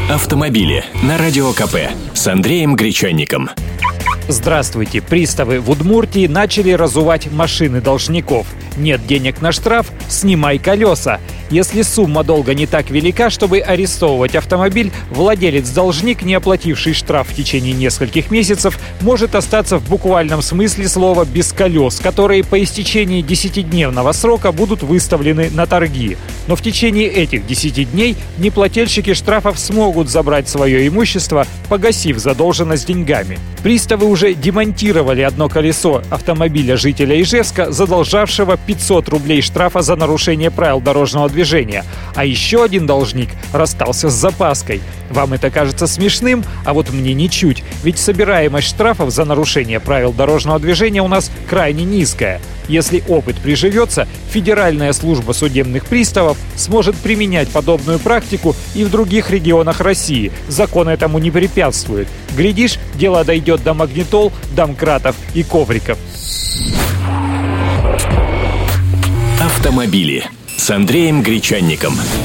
Автомобили на Радио КП с Андреем Гречанником. Здравствуйте. Приставы в Удмуртии начали разувать машины должников. Нет денег на штраф – снимай колеса. Если сумма долга не так велика, чтобы арестовывать автомобиль, владелец-должник, не оплативший штраф в течение нескольких месяцев, может остаться в буквальном смысле слова без колес, которые по истечении 10-дневного срока будут выставлены на торги. Но в течение этих 10 дней неплательщики штрафов смогут забрать свое имущество, погасив задолженность деньгами. Приставы уже демонтировали одно колесо автомобиля жителя Ижевска, задолжавшего 500 рублей штрафа за нарушение правил дорожного движения. А еще один должник расстался с запаской. Вам это кажется смешным, а вот мне ничуть. Ведь собираемость штрафов за нарушение правил дорожного движения у нас крайне низкая. Если опыт приживется, Федеральная служба судебных приставов сможет применять подобную практику и в других регионах России. Закон этому не препятствует. Глядишь, дело дойдет до магнитол, домкратов и ковриков. Автомобили с Андреем Гречанником.